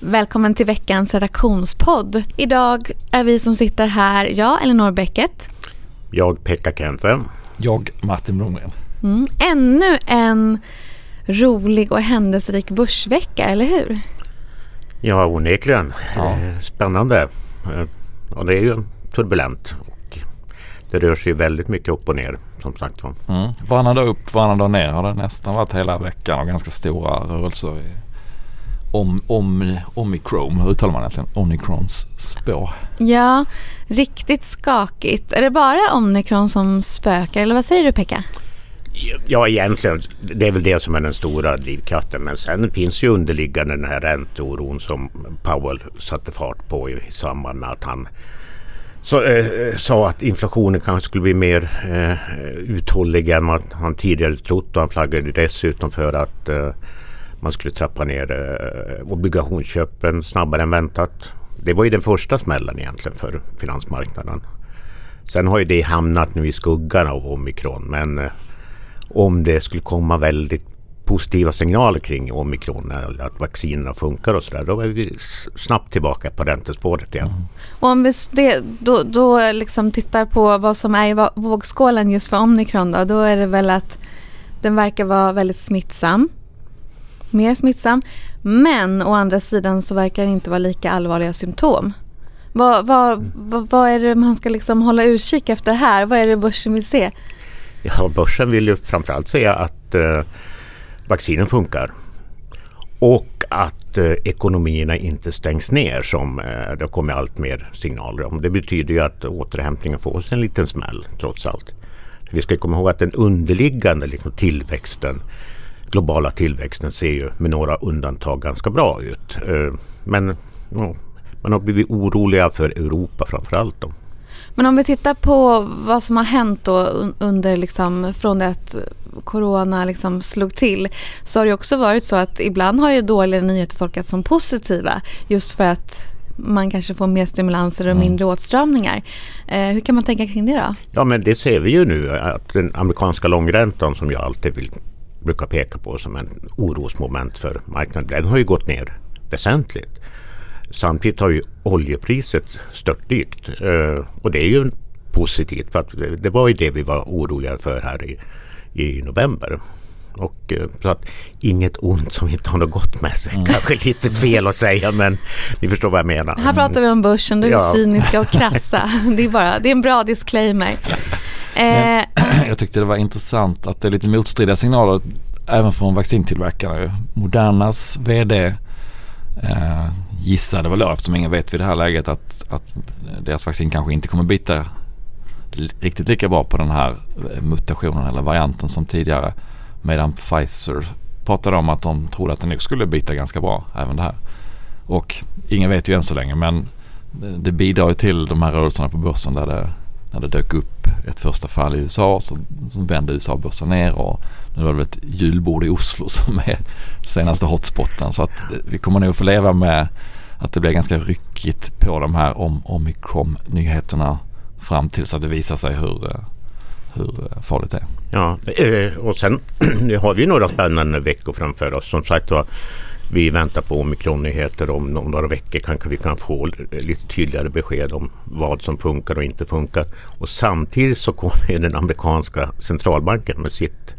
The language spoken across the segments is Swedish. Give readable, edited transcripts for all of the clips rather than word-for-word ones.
Välkommen till veckans redaktionspodd. Idag är vi som sitter här, jag Elinor Bäcket. Jag Pekka Kente. Jag Martin Blomgren. Ännu en rolig och händelserik börsvecka, eller hur? Ja, onekligen. Ja. Spännande. Och det är ju turbulent. Och det rör sig väldigt mycket upp och ner, som sagt. Varannan dag upp, varannan dag ner har det nästan varit hela veckan och ganska stora rörelser i Omicron, hur uttalar man egentligen? Omicrons spår. Ja, riktigt skakigt. Är det bara Omicron som spökar, eller vad säger du, Pekka? Ja, egentligen, det är väl det som är den stora drivkraften. Men sen finns ju underliggande den här ränteoron som Powell satte fart på i samband med att han sa att inflationen kanske skulle bli mer uthållig än vad han tidigare trott. Och han flaggade dessutom för att man skulle trappa ner obligationsköpen snabbare än väntat. Det var ju den första smällen egentligen för finansmarknaden. Sen har ju det hamnat nu i skuggan av Omicron, men om det skulle komma väldigt positiva signaler kring Omicron eller att vaccinerna funkar och sådär, då är vi snabbt tillbaka på räntespåret igen. Och om vi då liksom tittar på vad som är i vågskålen just för Omicron då är det väl att den verkar vara väldigt smittsam. Mer smittsam, men å andra sidan så verkar det inte vara lika allvarliga symptom. Vad är det man ska liksom hålla utkik efter här? Vad är det börsen vill se? Ja, börsen vill ju framförallt säga att vaccinen funkar och att ekonomierna inte stängs ner som det kommer allt mer signaler om. Det betyder ju att återhämtningen får sig en liten smäll trots allt. Vi ska komma ihåg att den underliggande tillväxten, globala tillväxten ser ju med några undantag ganska bra ut. Men man har blivit oroliga för Europa framförallt då. Men om vi tittar på vad som har hänt då under från det att corona slog till, så har det också varit så att ibland har ju dåliga nyheter tolkats som positiva just för att man kanske får mer stimulanser och mindre åtstramningar. Hur kan man tänka kring det då? Ja, men det ser vi ju nu att den amerikanska långräntan som jag alltid brukar peka på som en orosmoment för marknaden, den har ju gått ner väsentligt. Samtidigt har ju oljepriset störtdykt och det är ju positivt för att det var ju det vi var oroliga för här i november. Och så att inget ont som inte har något gott med sig. Kanske lite fel att säga, men ni förstår vad jag menar. Här pratar vi om börsen, du är cyniska och krassa. Det är en bra disclaimer. Jag tyckte det var intressant att det är lite motstridiga signaler även från vaccintillverkare. Modernas vd gissade väl eftersom ingen vet vid det här läget att deras vaccin kanske inte kommer bita riktigt lika bra på den här mutationen eller varianten som tidigare, medan Pfizer pratade om att de trodde att den nog skulle bita ganska bra även det här. Och ingen vet ju än så länge, men det bidrar ju till de här rörelserna på börsen när det dök upp ett första fall i USA så vände USA-börsen ner och nu var det ett julbord i Oslo som är senaste hotspotten, så att vi kommer nog få leva med att det blir ganska ryckigt på de här Omicron-nyheterna fram tills att det visar sig hur farligt det är. Ja, och sen nu har vi några spännande veckor framför oss. Som sagt var, vi väntar på Omicron-nyheter. Om några veckor kanske vi kan få lite tydligare besked om vad som funkar och inte funkar. Och samtidigt så kommer den amerikanska centralbanken med sitt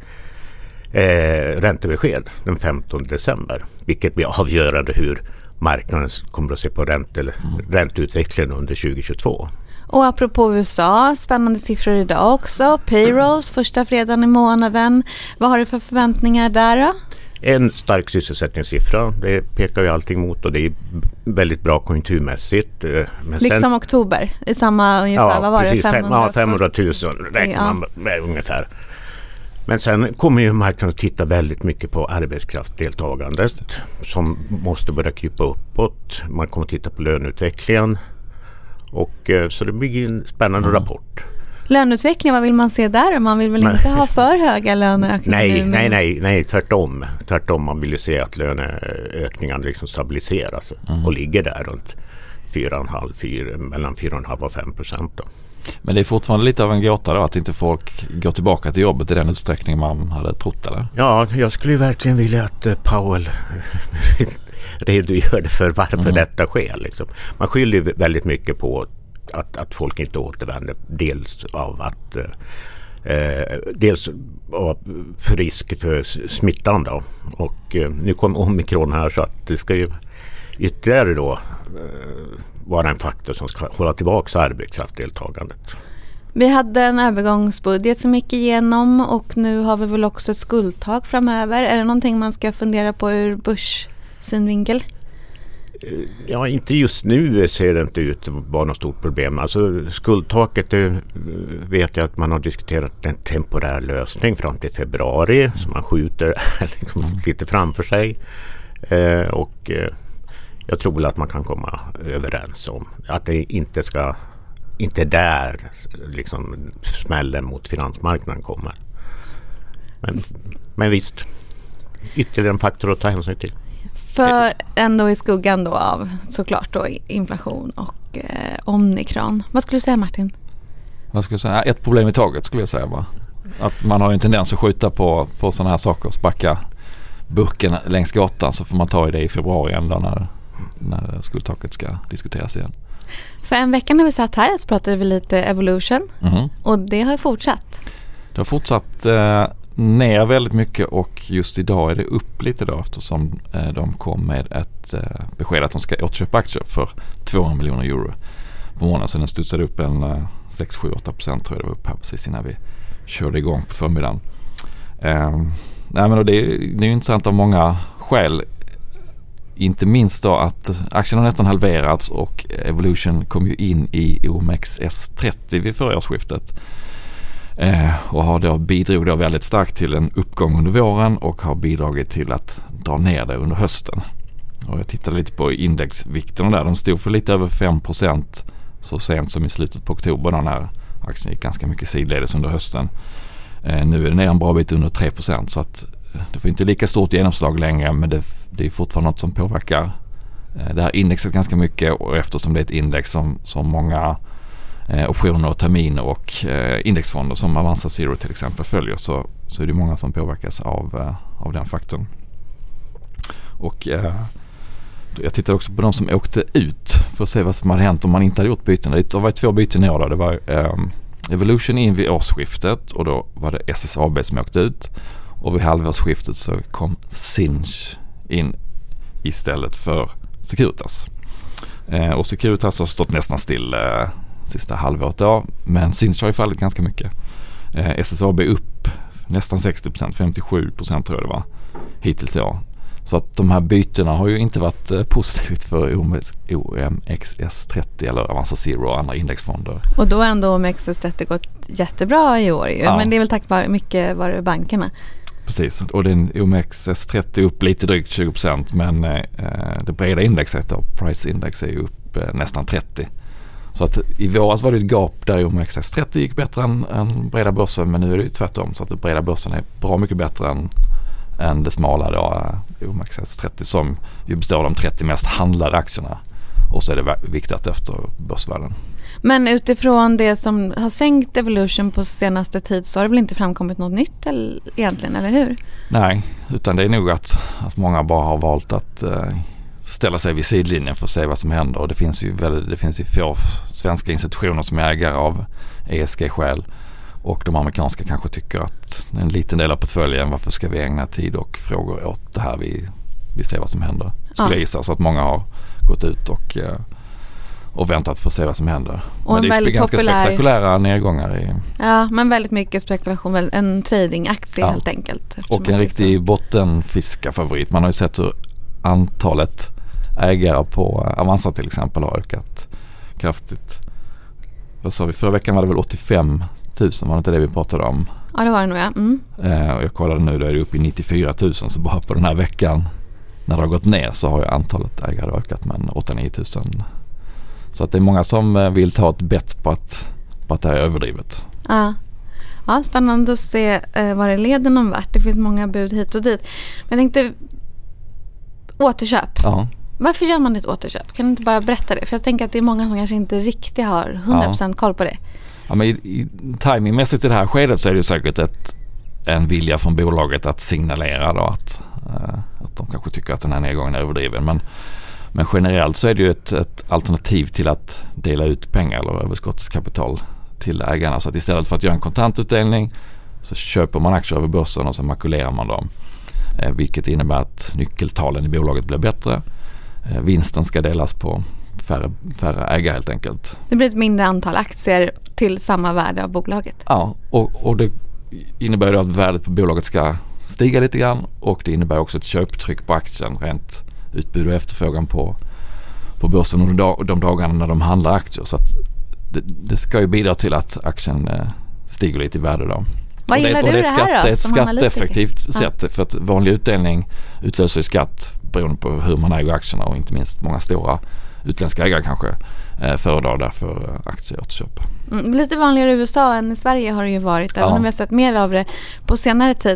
räntebesked den 15 december. Vilket blir avgörande hur marknaden kommer att se på ränteutvecklingen under 2022. Och apropå USA, spännande siffror idag också. Payrolls första fredagen i månaden. Vad har du för förväntningar där då? En stark sysselsättningssiffra, det pekar ju allting mot och det är väldigt bra konjunkturmässigt. Men liksom oktober, i samma ungefär, vad var precis, det? 500 000 räknar man med ungefär. Men sen kommer ju marknaden att titta väldigt mycket på arbetskraftsdeltagandet som måste börja krypa uppåt. Man kommer att titta på löneutvecklingen och så det blir en spännande rapport. Löneutveckling, vad vill man se där? Man vill väl inte ha för höga löneökningar? Nej, tvärtom. Man vill ju se att löneökningarna stabiliseras och ligger där runt mellan 4,5 och 5% då. Men det är fortfarande lite av en gåta då att inte folk går tillbaka till jobbet i den utsträckning man hade trott, eller? Ja, jag skulle verkligen vilja att Powell redogör för varför detta sker. Liksom. Man skyller ju väldigt mycket på att folk inte återvänder. Dels av att dels av för risk för smittan då. Och nu kom omikron här, så att det ska ju ytterligare då vara en faktor som ska hålla tillbaka arbetskraftsdeltagandet. Vi hade en övergångsbudget som gick igenom och nu har vi väl också ett skuldtak framöver. Är det någonting man ska fundera på ur börssynvinkel? Ja, inte just nu ser det inte ut att vara något stort problem. Alltså skuldtaket, det vet jag att man har diskuterat en temporär lösning fram till februari, så man skjuter liksom lite framför sig. Och jag tror väl att man kan komma överens om att det inte där liksom smällen mot finansmarknaden kommer. Men visst, ytterligare en faktor att ta hänsyn till. För ändå i skuggan då av såklart då inflation och omikron. Vad skulle du säga, Martin? Vad skulle jag säga? Ett problem i taget skulle jag säga bara. Att man har ju en tendens att skjuta på sådana här saker och spacka burken längs gatan, så får man ta i det i februari ändå när skuldtaket ska diskuteras igen. För en vecka när vi satt här så pratade vi lite Evolution och det har fortsatt. Det har fortsatt ner väldigt mycket, och just idag är det upp lite då, eftersom de kom med ett besked att de ska återköpa aktier för 200 miljoner euro på månaden. Så den studsade upp en 6-7-8% tror jag det var upp här precis innan vi körde igång på förmiddagen. Nej, men det är ju intressant av många skäl. Inte minst då att aktien har nästan halverats och Evolution kom ju in i OMXS30 vid förra årsskiftet. Och har då bidrog då väldigt starkt till en uppgång under våren och har bidragit till att dra ner det under hösten. Och jag tittade lite på indexvikterna där. De stod för lite över 5% så sent som i slutet på oktober, när aktien gick ganska mycket sidledes under hösten. Nu är det ner en bra bit under 3%, så att det får inte lika stort genomslag längre, men det är fortfarande något som påverkar det här indexet ganska mycket, och eftersom det är ett index som många optioner och terminer och indexfonder som Avanza Zero till exempel följer, så är det många som påverkas av den faktorn. Och jag tittade också på de som åkte ut för att se vad som hade hänt om man inte hade gjort byten. Det var 2 byten i år då. Det var Evolution in vid årsskiftet, och då var det SSAB som åkte ut, och vid halvårsskiftet så kom Sinch in istället för Securitas. Och Securitas har stått nästan still sista halvåret då, men Sinch har ju fallit ganska mycket. SSAB upp nästan 60%, 57% tror jag det var hittills i år. Så att de här bytena har ju inte varit positivt för OMXS30 eller Avanza Zero och andra indexfonder. Och då har ändå OMXS30 gått jättebra i år ju. Ja. Men det är väl tack vare mycket var bankerna. Precis, och den OMXS30 är upp lite drygt 20%, men det breda indexet då, price index är ju upp nästan 30%. Så att i våras var det ett gap där OMXS30 gick bättre än breda börsen, men nu är det ju tvärtom, så att den breda börsen är bra mycket bättre än det smala då, OMXS30 som ju består av de 30 mest handlade aktierna, och så är det viktigt efter börsvärden. Men utifrån det som har sänkt Evolution på senaste tid så har det väl inte framkommit något nytt egentligen, eller hur? Nej, utan det är nog att många bara har valt att ställa sig vid sidlinjen för att se vad som händer, och det finns ju få svenska institutioner som är ägare av ESG-skäl, och de amerikanska kanske tycker att en liten del av portföljen, varför ska vi ägna tid och frågor åt det här, vi ser vad som händer. Skulle jag gissa, så att många har gått ut och väntat för att se vad som händer. Och men det är ganska spektakulära nedgångar. Ja, men väldigt mycket spekulation, en tradingaktie helt enkelt. Och en riktig bottenfiskarfavorit. Man har ju sett hur antalet ägare på Avanza till exempel har ökat kraftigt. Vad sa vi? Förra veckan var det väl 85 000, var det inte det vi pratade om? Ja, det var det nog, ja. Och jag kollade nu, då är det uppe i 94 000, så bara på den här veckan när det har gått ner så har ju antalet ägare ökat med 8-9 000. Så att det är många som vill ta ett bett på att det här är överdrivet. Ja, spännande att se vad det leder någon vart. Det finns många bud hit och dit. Men jag tänkte återköp. Ja. Varför gör man ett återköp? Kan du inte bara berätta det? För jag tänker att det är många som kanske inte riktigt har 100% koll på det. Ja, men timingmässigt i det här skedet så är det säkert en vilja från bolaget att signalera då att de kanske tycker att den här nedgången är överdriven. Men generellt så är det ju ett alternativ till att dela ut pengar eller överskottskapital till ägarna. Så att istället för att göra en kontantutdelning så köper man aktier över börsen och så makulerar man dem. Vilket innebär att nyckeltalen i bolaget blir bättre. Vinsten ska delas på färre ägare helt enkelt. Det blir ett mindre antal aktier till samma värde av bolaget. Ja, och det innebär då att värdet på bolaget ska stiga lite grann och det innebär också ett köptryck på aktien, rent utbud och efterfrågan på börsen och de dagarna när de handlar aktier. Så att det ska ju bidra till att aktien stiger lite i värde då. Vad gillar du det här då? Det är ett skatteeffektivt sätt för att vanlig utdelning utlöser skatt beroende på hur man äger aktierna och inte minst många stora utländska ägare kanske föredrar därför aktieåterköp. Lite vanligare i USA än i Sverige har det ju varit, även om vi har sett mer av det på senare tid.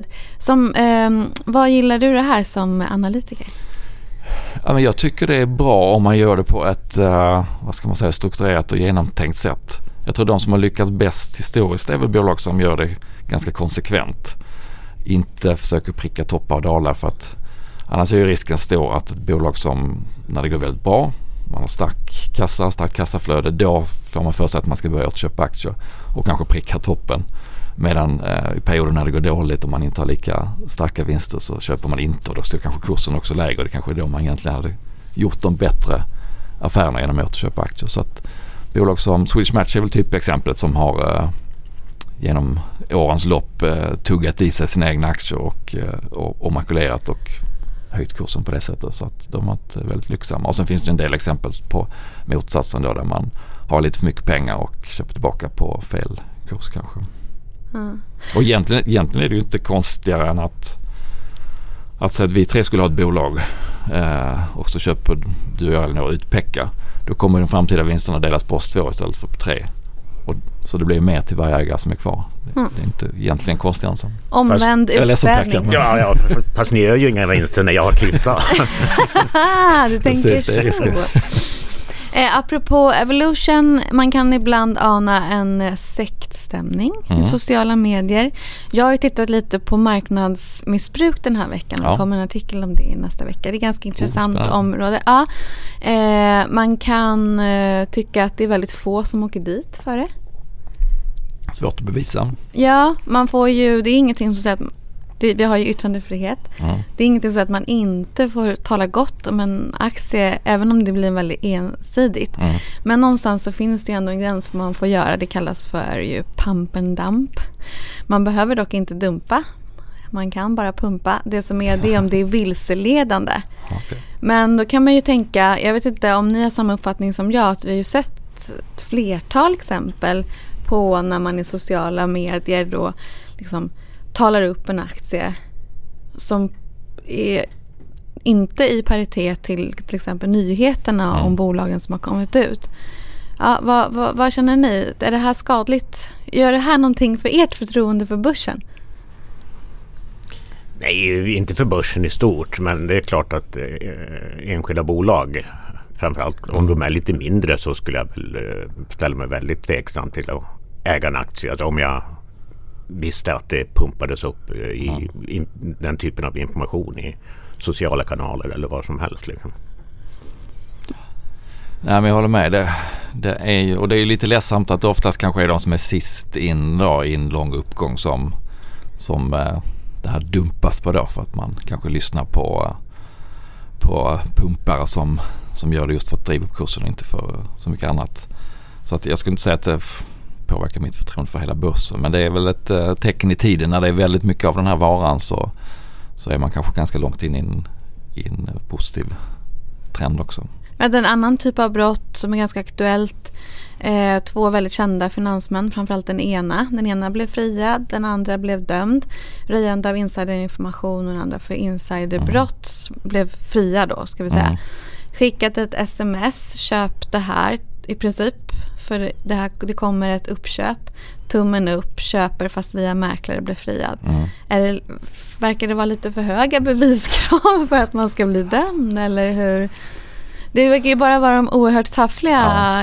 Vad gillar du det här som analytiker? Ja, men jag tycker det är bra om man gör det på ett strukturerat och genomtänkt sätt. Jag tror de som har lyckats bäst historiskt är väl bolag som gör det ganska konsekvent. Inte försöker pricka toppar och dalar, för att annars är ju risken stor att ett bolag som när det går väldigt bra, man har starkt kassaflöde, då får man för sig att man ska börja köpa aktier och kanske pricka toppen. Medan i perioder när det går dåligt och man inte har lika starka vinster så köper man inte, och då står kanske kursen också lägre. Det kanske är då man egentligen hade gjort de bättre affärerna genom att återköpa aktier. Så att bolag som Swedish Match är väl typexemplet som har genom årens lopp tuggat i sig sina egna aktier och makulerat och höjt kursen på det sättet, så att de har varit väldigt lycksamma. Och sen finns det en del exempel på motsatsen då, där man har lite för mycket pengar och köper tillbaka på fel kurs kanske. Och egentligen är det ju inte konstigare än att säga att vi tre skulle ha ett bolag och så köper du och jag eller ut Pekka. Då kommer de framtida vinsterna delas på oss 2 istället för på 3. Så det blir mer till varje ägare som är kvar. Det är inte egentligen konstigt än så. Omvänd utspädning. Ja, fast ni gör ju inga vinster när jag har klyfta. Du tänker så. Apropå Evolution, man kan ibland ana en sektstämning i sociala medier. Jag har ju tittat lite på marknadsmissbruk den här veckan. Det kommer en artikel om det nästa vecka. Det är ganska intressant område. Ja, man kan tycka att det är väldigt få som åker dit för det. Svårt att bevisa. Ja, man får ju, det är ingenting som säger att vi har ju yttrandefrihet. Det är ingenting så att man inte får tala gott om en aktie, även om det blir väldigt ensidigt. Men någonstans så finns det ju ändå en gräns för man får göra. Det kallas för ju pump and dump. Man behöver dock inte dumpa. Man kan bara pumpa. Det som är det om det är vilseledande. Okay. Men då kan man ju tänka, jag vet inte om ni har samma uppfattning som jag, att vi har ju sett ett flertal exempel på när man i sociala medier då liksom talar upp en aktie som är inte i paritet till exempel nyheterna om bolagen som har kommit ut. Ja, vad känner ni? Är det här skadligt? Gör det här någonting för ert förtroende för börsen? Nej, inte för börsen i stort, men det är klart att enskilda bolag, framförallt om de är lite mindre, så skulle jag väl ställa mig väldigt tveksam till att äga en aktie. Alltså om jag visste att det pumpades upp i den typen av information i sociala kanaler eller vad som helst liksom. Nej, men jag håller med. Det är ju, och det är ju lite ledsamt att det oftast kanske är de som är sist in då, i en lång uppgång som det här dumpas på då, för att man kanske lyssnar på pumpare som gör det just för att driva upp kursen och inte för så mycket annat. Så att jag skulle inte säga att det påverkar mitt förtroende för hela börsen, men det är väl ett tecken i tiden när det är väldigt mycket av den här varan, så är man kanske ganska långt in i en positiv trend också. Men en annan typ av brott som är ganska aktuellt, 2 väldigt kända finansmän, framförallt den ena blev friad, den andra blev dömd, röjande av insiderinformation och den andra för insiderbrott blev fria då, ska vi säga. Skickat ett sms, köp det här i princip, för det kommer ett uppköp, tummen upp, köper fast via mäklare, blir friad. Verkar det vara lite för höga beviskrav för att man ska bli dömd, eller hur? Det verkar ju bara vara de oerhört taffliga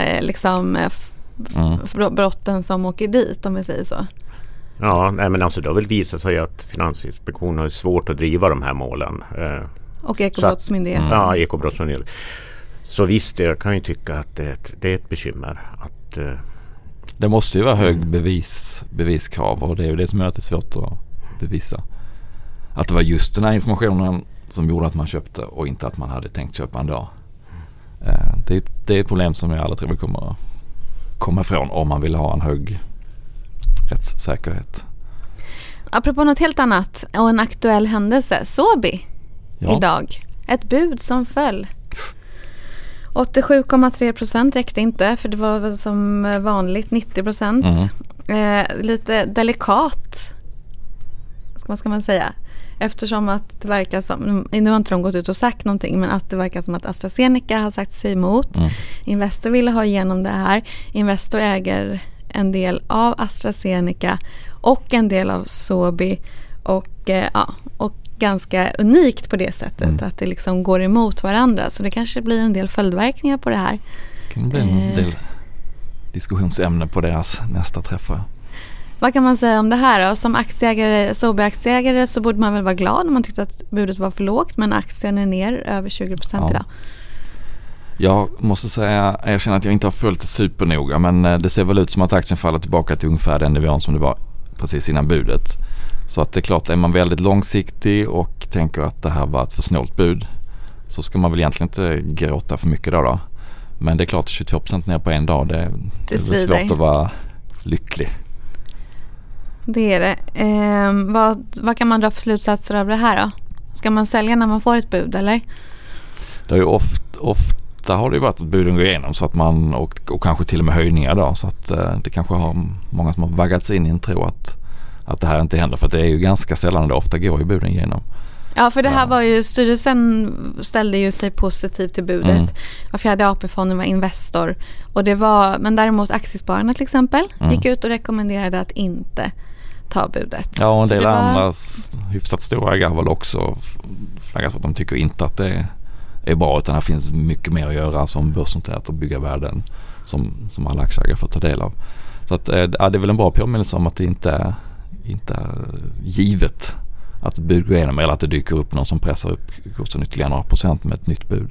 brotten som åker dit, om vi säger så. Ja, men alltså det har väl visat sig att Finansinspektionen har svårt att driva de här målen. Och Ekobrottsmyndigheten. Ja, Ekobrottsmyndigheten. Så visst, jag kan ju tycka att det är ett bekymmer. Det måste ju vara hög beviskrav, och det är ju det som gör att det är svårt att bevisa. Att det var just den här informationen som gjorde att man köpte och inte att man hade tänkt köpa en dag. Det är ett problem som jag aldrig tror vi kommer komma ifrån om man vill ha en hög rättssäkerhet. Apropå något helt annat och en aktuell händelse. Sobi idag. Ett bud som föll. 87,3% räckte inte, för det var väl som vanligt 90%. Lite delikat, vad ska man säga? Eftersom att det verkar som, nu har inte de gått ut och sagt någonting, men att det verkar som att AstraZeneca har sagt sig emot. Investor ville ha igenom det här. Investor äger en del av AstraZeneca och en del av Sobi, och ganska unikt på det sättet att det liksom går emot varandra, så det kanske blir en del följdverkningar på det här. Det kan bli en del diskussionsämne på deras nästa träffar. Vad kan man säga om det här då? Som Sobi-aktieägare så borde man väl vara glad om man tyckte att budet var för lågt, men aktien är ner över 20% idag. Jag måste erkänna att jag inte har följt det supernoga, men det ser väl ut som att aktien faller tillbaka till ungefär den nivån som det var precis innan budet. Så att det är klart, är man väldigt långsiktig och tänker att det här var ett för snålt bud, så ska man väl egentligen inte gråta för mycket då. Men det är klart, 22% ner på en dag, det är svårt att vara lycklig. Det är det. Vad kan man dra för slutsatser av det här då? Ska man sälja när man får ett bud, eller? Det är ju ofta har det ju varit att buden går igenom, så att man och kanske till och med höjningar då, så att det kanske har många som har vaggats in i en tro att det här inte händer, för att det är ju ganska sällan, det ofta går ju buden igenom. Ja, för det här var ju, styrelsen ställde ju sig positiv till budet. Var fjärde AP-fonden var investor, och det var, men däremot Aktiespararna till exempel gick ut och rekommenderade att inte ta budet. Ja, och en del andra hyfsat stora ägare har väl också flaggat för att de tycker inte att det är bra, utan det finns mycket mer att göra som börsnoterat och bygga värden som alla aktieägare får ta del av. Så att, det är väl en bra påminnelse om att det inte är givet att ett bud går igenom, eller att det dyker upp någon som pressar upp kursen ytterligare några procent med ett nytt bud.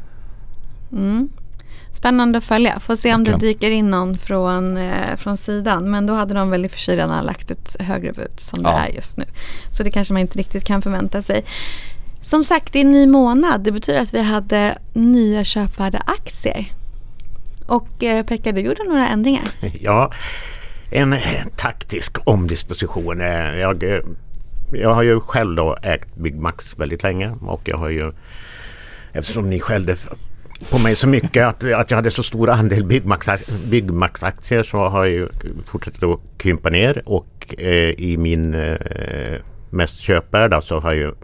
Spännande att följa. Får se om det dyker in någon från sidan, men då hade de väl i och för sig redan lagt ett högre bud som det är just nu. Så det kanske man inte riktigt kan förvänta sig. Som sagt, det är en ny månad. Det betyder att vi hade nya köpvärda aktier. Och Pekka, du gjorde några ändringar. Ja, en taktisk omdisposition. Jag har ju själv då ägt Byggmax väldigt länge, och jag har ju, eftersom ni skällde på mig så mycket att jag hade så stor andel Byggmax-aktier, så har jag ju fortsatt att krympa ner, och i min mest köpvärda så har jag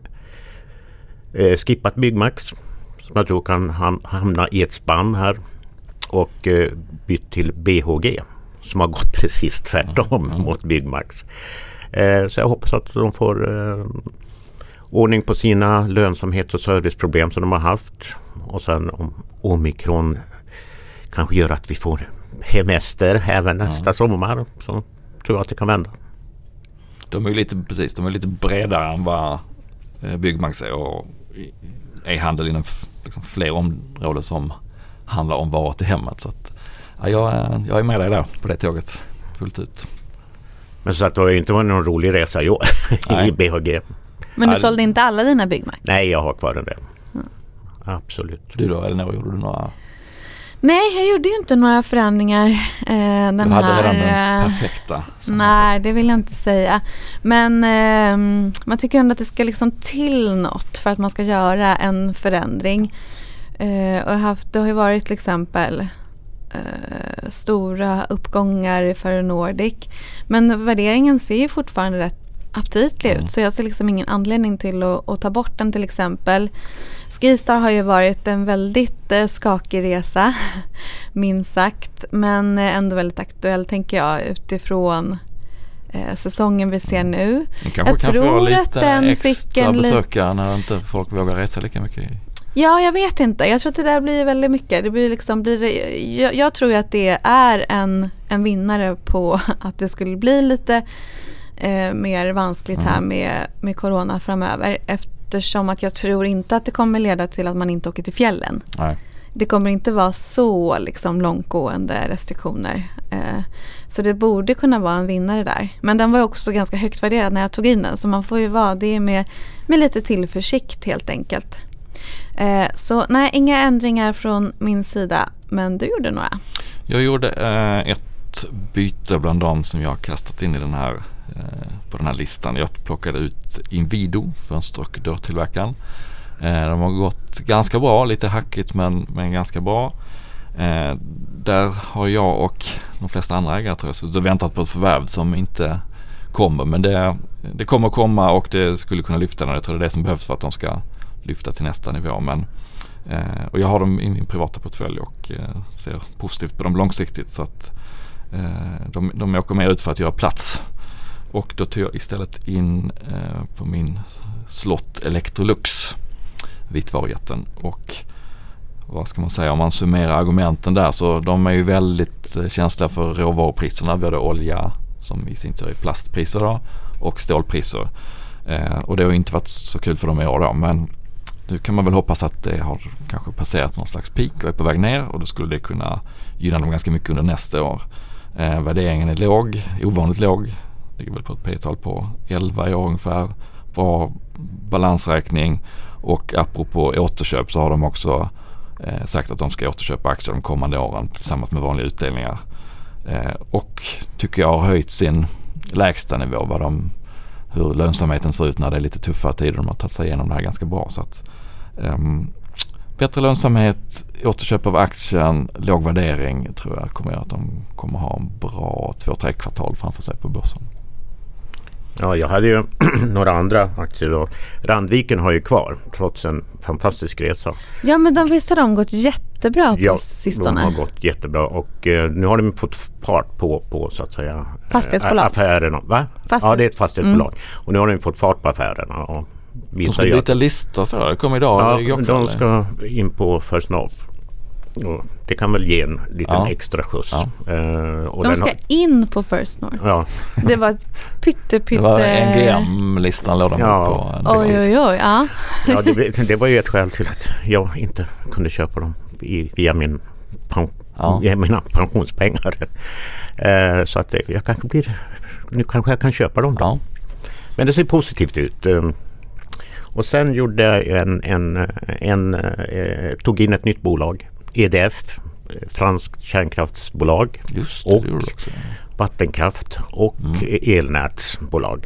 skippat Byggmax, som jag tror kan hamna i ett spann här, och bytt till BHG som har gått precis tvärtom mot Byggmax. Så jag hoppas att de får ordning på sina lönsamhets- och serviceproblem som de har haft. Och sen om omikron kanske gör att vi får hemester även nästa sommar, så tror jag att det kan vända. De är lite bredare än vad Byggmax är, och är handel inom liksom fler områden som handlar om varor till hemmet. Så att, jag är med dig där på det tåget fullt ut. Men så att det har ju inte varit någon rolig resa i år i BHG. Men du sålde inte alla dina Byggmax? Nej, jag har kvar den där. Absolut. Du då, Elinor, gjorde du några? Nej, jag gjorde ju inte några förändringar. Du hade redan den perfekta. Nej, det vill jag inte säga. Men man tycker ändå att det ska liksom till något för att man ska göra en förändring. Och det har ju varit till exempel stora uppgångar för Nordic. Men värderingen ser ju fortfarande rätt aptitlig ut. Så jag ser liksom ingen anledning till att ta bort den till exempel. Skistar har ju varit en väldigt skakig resa, minst sagt. Men ändå väldigt aktuell, tänker jag, utifrån säsongen vi ser nu. Jag tror att den extra besökare när inte folk vågar resa lika mycket. Ja, jag vet inte. Jag tror att det där blir väldigt mycket. Det blir liksom, jag tror ju att det är en vinnare på att det skulle bli lite mer vanskligt här med corona framöver. Eftersom att jag tror inte att det kommer leda till att man inte åker till fjällen. Nej. Det kommer inte vara så liksom långtgående restriktioner. Så det borde kunna vara en vinnare där. Men den var också ganska högt värderad när jag tog in den. Så man får ju vara det med lite tillförsikt helt enkelt. Så nej, inga ändringar från min sida. Men du gjorde några. Jag gjorde ett byte bland dem som jag har kastat in i den här, på den här listan. Jag plockade ut Inwido, fönster- och dörrtillverkaren. De har gått ganska bra, lite hackigt men ganska bra. Där har jag och de flesta andra ägare tror jag väntat på ett förvärv som inte kommer. Men det kommer komma och det skulle kunna lyfta den. Jag tror det är det som behövs för att de ska lyfta till nästa nivå. Och jag har dem i min privata portfölj och ser positivt på dem långsiktigt. Så att de åker med ut för att göra plats. Och då tar jag istället in på min slott Electrolux, vitvarujätten. Och vad ska man säga, om man summerar argumenten där, så de är ju väldigt känsliga för råvarupriserna, både olja som i sin tur är plastpriser då, och stålpriser. Och det har inte varit så kul för dem i år då, men nu kan man väl hoppas att det har kanske passerat någon slags peak och är på väg ner, och då skulle det kunna gynna dem ganska mycket under nästa år. Värderingen är låg, ovanligt låg. Det ligger väl på ett P-tal på 11 i år ungefär. Bra balansräkning, och apropå återköp så har de också sagt att de ska återköpa aktier de kommande åren tillsammans med vanliga utdelningar. Och tycker jag har höjt sin lägsta nivå, hur lönsamheten ser ut när det är lite tuffare tider. De har tagit sig igenom det här ganska bra. Så att, bättre lönsamhet, återköp av aktien, låg värdering tror jag kommer göra att de kommer ha en bra 2-3 kvartal framför sig på börsen. Ja, jag hade ju några andra aktier då. Randviken har ju kvar trots en fantastisk resa. Ja, men vissa har de gått jättebra på sistone. Ja, de har gått jättebra, och nu har de fått fart på så att säga affärerna. Va? Ja, det är ett fastighetsbolag. Och nu har de fått fart på affärerna. Och de ska byta lista så det kommer idag. Ja, de ska in på First North. Och det kan väl ge en liten extra skjuts. Ja. Och de ska in på First North. Ja. Det var pytte. Det var NGM-listan låg de på. Oj. Ja. Ja, det var ju ett skäl till att jag inte kunde köpa dem via mina pensionspengar. Så att jag kanske nu kanske jag kan köpa dem då. Ja. Men det ser positivt ut. Och sen gjorde jag tog in ett nytt bolag. EDF, franskt kärnkraftsbolag. Just och vattenkraft och elnätsbolag.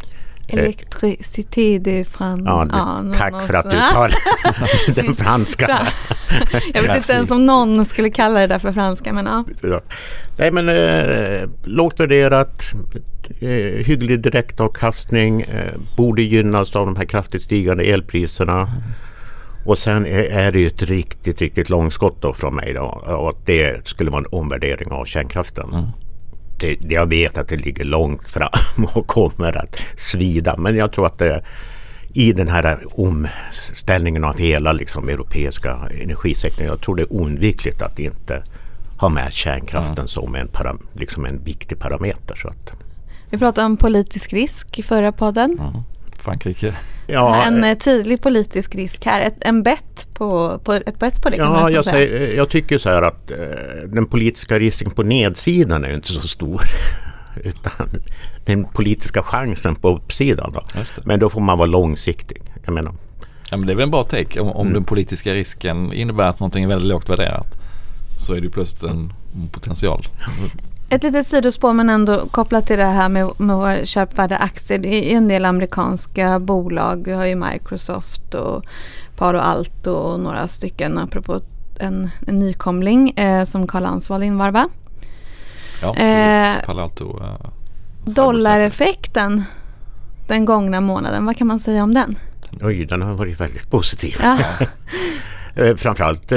Elektricité de France. Ja, tack för att du tar den franska. Jag vet inte ens om någon skulle kalla det där för franska, men ja. Nej, men lågt värderat, hygglig direktavkastning, borde gynnas av de här kraftigt stigande elpriserna. Och sen är det ju ett riktigt, riktigt långskott då från mig då, och att det skulle vara en omvärdering av kärnkraften. Jag vet att det ligger långt fram och kommer att svida, men jag tror att det, i den här omställningen av hela liksom europeiska energisektorn, jag tror det är oundvikligt att inte ha med kärnkraften som en viktig parameter. Så att. Vi pratade om politisk risk i förra podden. Frankrike. Ja, en tydlig politisk risk här. Ett bett på det. Ja, jag tycker så här att den politiska risken på nedsidan är inte så stor. Utan den politiska chansen på uppsidan då. Men då får man vara långsiktig. Jag menar. Ja, men det är väl en bra take. Om den politiska risken innebär att någonting är väldigt lågt värderat, så är det plötsligt en potential. Ett litet sidospår, men ändå kopplat till det här med köpvärda aktier. Det är en del amerikanska bolag. Vi har ju Microsoft och Palo Alto och några stycken, apropå en nykomling som Carl Ansvall invarva. Ja, precis. Palo Alto. Dollareffekten den gångna månaden, vad kan man säga om den? Oj, den har varit väldigt positiv. Ja. Framförallt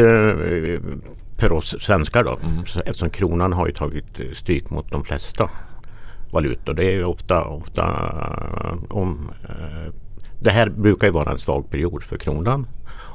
för oss svenskar då, eftersom kronan har ju tagit stryk mot de flesta valutor. Det är ju ofta det här brukar ju vara en svag period för kronan,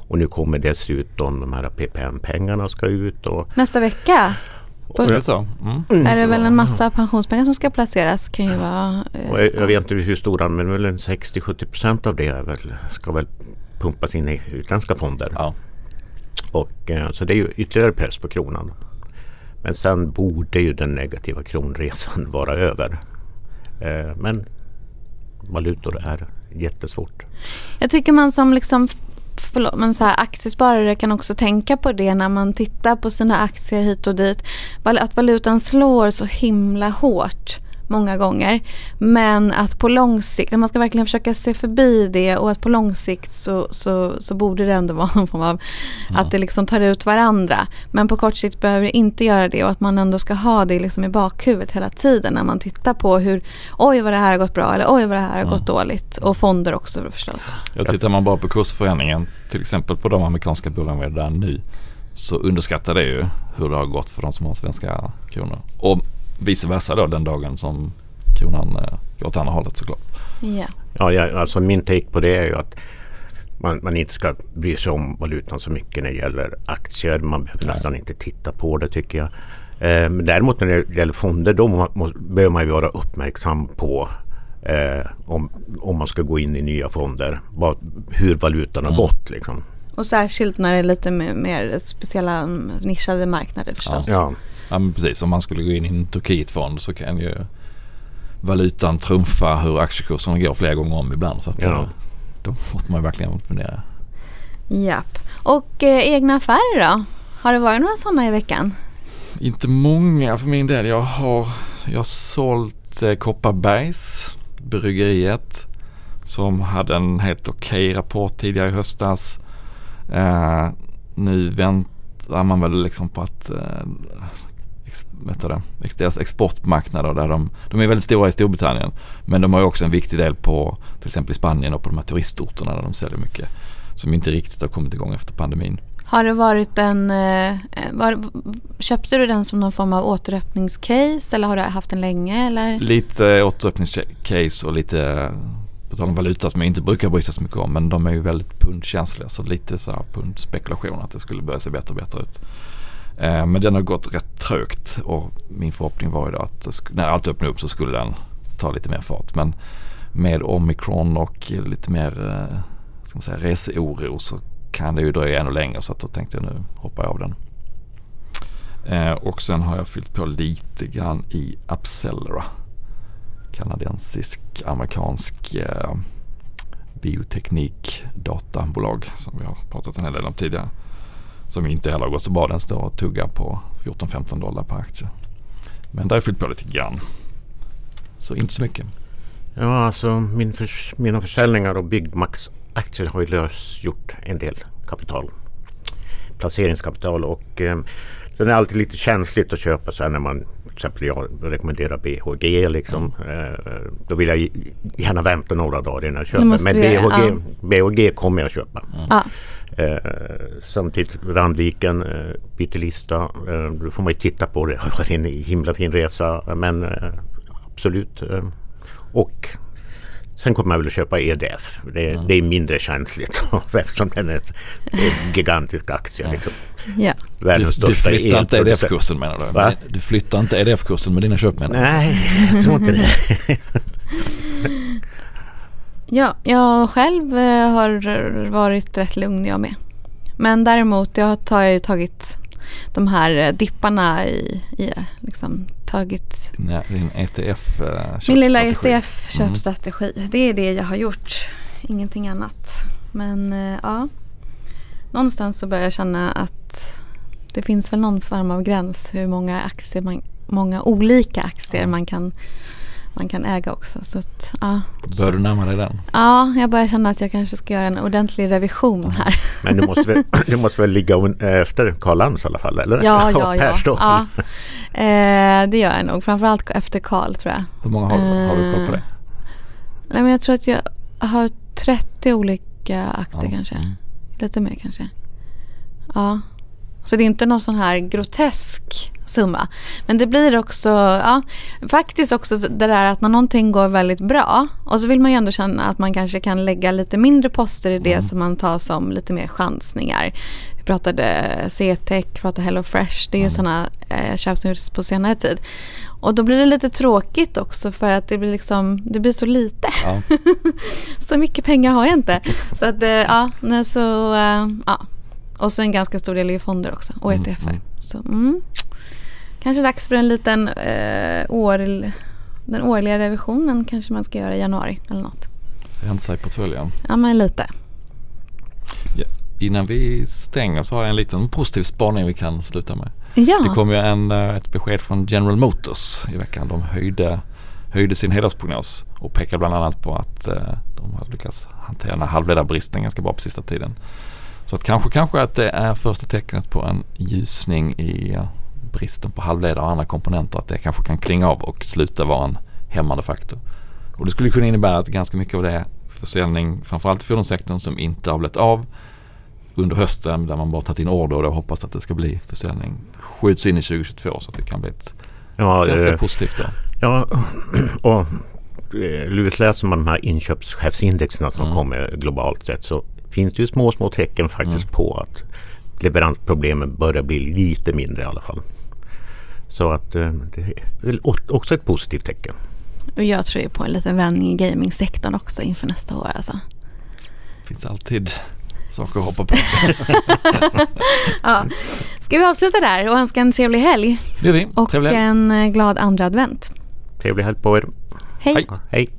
Och nu kommer dessutom de här PPM-pengarna ska ut. Och nästa vecka? Är det så? Är det väl en massa pensionspengar som ska placeras? Kan ju vara, och jag vet inte hur stor, men väl 60-70% av det ska väl pumpas in i utländska fonder. Ja. Och så det är ju ytterligare press på kronan. Men sen borde ju den negativa kronresan vara över. Men valutor är jättesvårt. jag tycker man som liksom men så här, aktiesparare kan också tänka på det när man tittar på sina aktier hit och dit. Att valutan slår så himla hårt många gånger. Men att på lång sikt, man ska verkligen försöka se förbi det, och att på lång sikt så borde det ändå vara någon form av att det liksom tar ut varandra. Men på kort sikt behöver det inte göra det, och att man ändå ska ha det liksom i bakhuvudet hela tiden när man tittar på hur, oj vad det här har gått bra eller oj vad det här har gått dåligt. Och fonder också förstås. Tittar man bara på kursförändringen, till exempel på de amerikanska bolagen där nu, så underskattar det ju hur det har gått för de som har svenska kronor. Och vice versa då, den dagen som kronan går åt andra hållet såklart. Ja, alltså min take på det är ju att man inte ska bry sig om valutan så mycket när det gäller aktier. Man behöver nästan inte titta på det, tycker jag. Men däremot när det gäller fonder, då behöver man ju vara uppmärksam på om man ska gå in i nya fonder, hur valutan har gått liksom. Och särskilt när det är lite mer speciella nischade marknader förstås. Ja, men precis. Om man skulle gå in i en Turkiet-fond så kan ju valutan trumfa hur aktiekursen går flera gånger om ibland. Så att då måste man verkligen fundera. Japp. Och egna affärer då? Har det varit några sådana i veckan? Inte många för min del. Jag har sålt Kopparbergs bryggeriet som hade en helt okej rapport tidigare i höstas. Nu väntar man väl liksom på att deras exportmarknader där de är väldigt stora i Storbritannien, men de har ju också en viktig del på till exempel i Spanien och på de här turistorterna där de säljer mycket, som inte riktigt har kommit igång efter pandemin. Har det varit köpte du den som någon form av återöppningscase eller har du haft den länge? Eller? Lite återöppningscase och lite på tal om valuta som jag inte brukar bry sig så mycket om, men de är ju väldigt pundkänsliga, så lite så här pundspekulation att det skulle börja se bättre och bättre ut. Men den har gått rätt trögt, och min förhoppning var ju då att när allt öppnar upp så skulle den ta lite mer fart, men med Omicron och lite mer ska man säga, reseoro så kan det ju dröja ännu längre, så att då tänkte jag nu hoppar jag av den. Och sen har jag fyllt på lite grann i Appcellera, kanadensisk-amerikansk bioteknik-databolag som vi har pratat en hel del om tidigare, som inte heller har gått så bra. Den står och tuggar på $14-15 per aktie. Men där har jag fyllt på lite grann. Så inte så mycket. Ja, alltså mina försäljningar och Byggmax-aktier har ju lösgjort en del kapital. Placeringskapital, och sen är det alltid lite känsligt att köpa så här när man, till exempel jag rekommenderar BHG liksom. Då vill jag gärna vänta några dagar innan jag köper. Men BHG kommer jag köpa. Samtidigt Randviken byter lista. Då får man ju titta på det. Det har varit en himla fin resa, men absolut. Och sen kommer man väl att köpa EDF. Det är mindre känsligt eftersom den är en gigantisk aktie. Liksom. Ja. Du flyttar inte EDF-kursen, menar du? Va? Du flyttar inte EDF-kursen med dina köp, menar du? Nej, jag tror inte det. Ja, jag själv har varit rätt lugn jag med. Men däremot jag har ju tagit de här dipparna i liksom tagit din ETF-köpstrategi. Min lilla ETF-köpstrategi. Det är det jag har gjort. Ingenting annat. Men ja, någonstans så börjar jag känna att det finns väl någon form av gräns hur många aktier många olika aktier man kan äga också. Så att, ja. Bör du närma dig den? Ja, jag börjar känna att jag kanske ska göra en ordentlig revision här. Men du måste väl ligga efter Carl Lantz i alla fall, eller? Ja. Det gör jag nog. Framförallt efter Carl, tror jag. Hur många har du koll på det? Nej, men jag tror att jag har 30 olika aktier kanske. Lite mer kanske. Ja. Så det är inte någon sån här grotesk summa. Men det blir också, faktiskt också det där att när någonting går väldigt bra och så vill man ju ändå känna att man kanske kan lägga lite mindre poster i det som man tar som lite mer chansningar. Vi pratade C-Tech, pratade HelloFresh, det är ju sådana köp som gjordes på senare tid. Och då blir det lite tråkigt också för att det blir så lite. Ja. Så mycket pengar har jag inte. Så att och så en ganska stor del är ju fonder också och ETFer. Så kanske dags för en liten den årliga revisionen kanske man ska göra i januari eller något. Rensa i portföljen. Ja, men lite. Ja. Innan vi stänger så har jag en liten positiv spaning vi kan sluta med. Ja. Det kom ju ett besked från General Motors i veckan. De höjde sin helårsprognos och pekar bland annat på att de har lyckats hantera den här halvledarbristen ganska bra på sista tiden. Så att kanske att det är första tecknet på en ljusning i bristen på halvledare och andra komponenter, att det kanske kan klinga av och sluta vara en hämmande faktor. Och det skulle kunna innebära att ganska mycket av det försäljning, framförallt i fordonssektorn, som inte har blivit av under hösten, där man bara tagit in order och hoppas att det ska bli försäljning, skjuts in i 2022 så att det kan bli ett ganska positivt då. Ja, och läser man de här inköpschefsindexerna som kommer globalt sett, så finns det ju små tecken faktiskt på att leveransproblemen börjar bli lite mindre i alla fall. Så att det är också ett positivt tecken. Och jag tror ju på en liten vändning i gamingsektorn också inför nästa år. Alltså. Det finns alltid saker att hoppa på. Ja. Ska vi avsluta där och önska en trevlig helg? Det gör vi. Och en glad andra advent. Trevlig helg på er. Hej. Hej.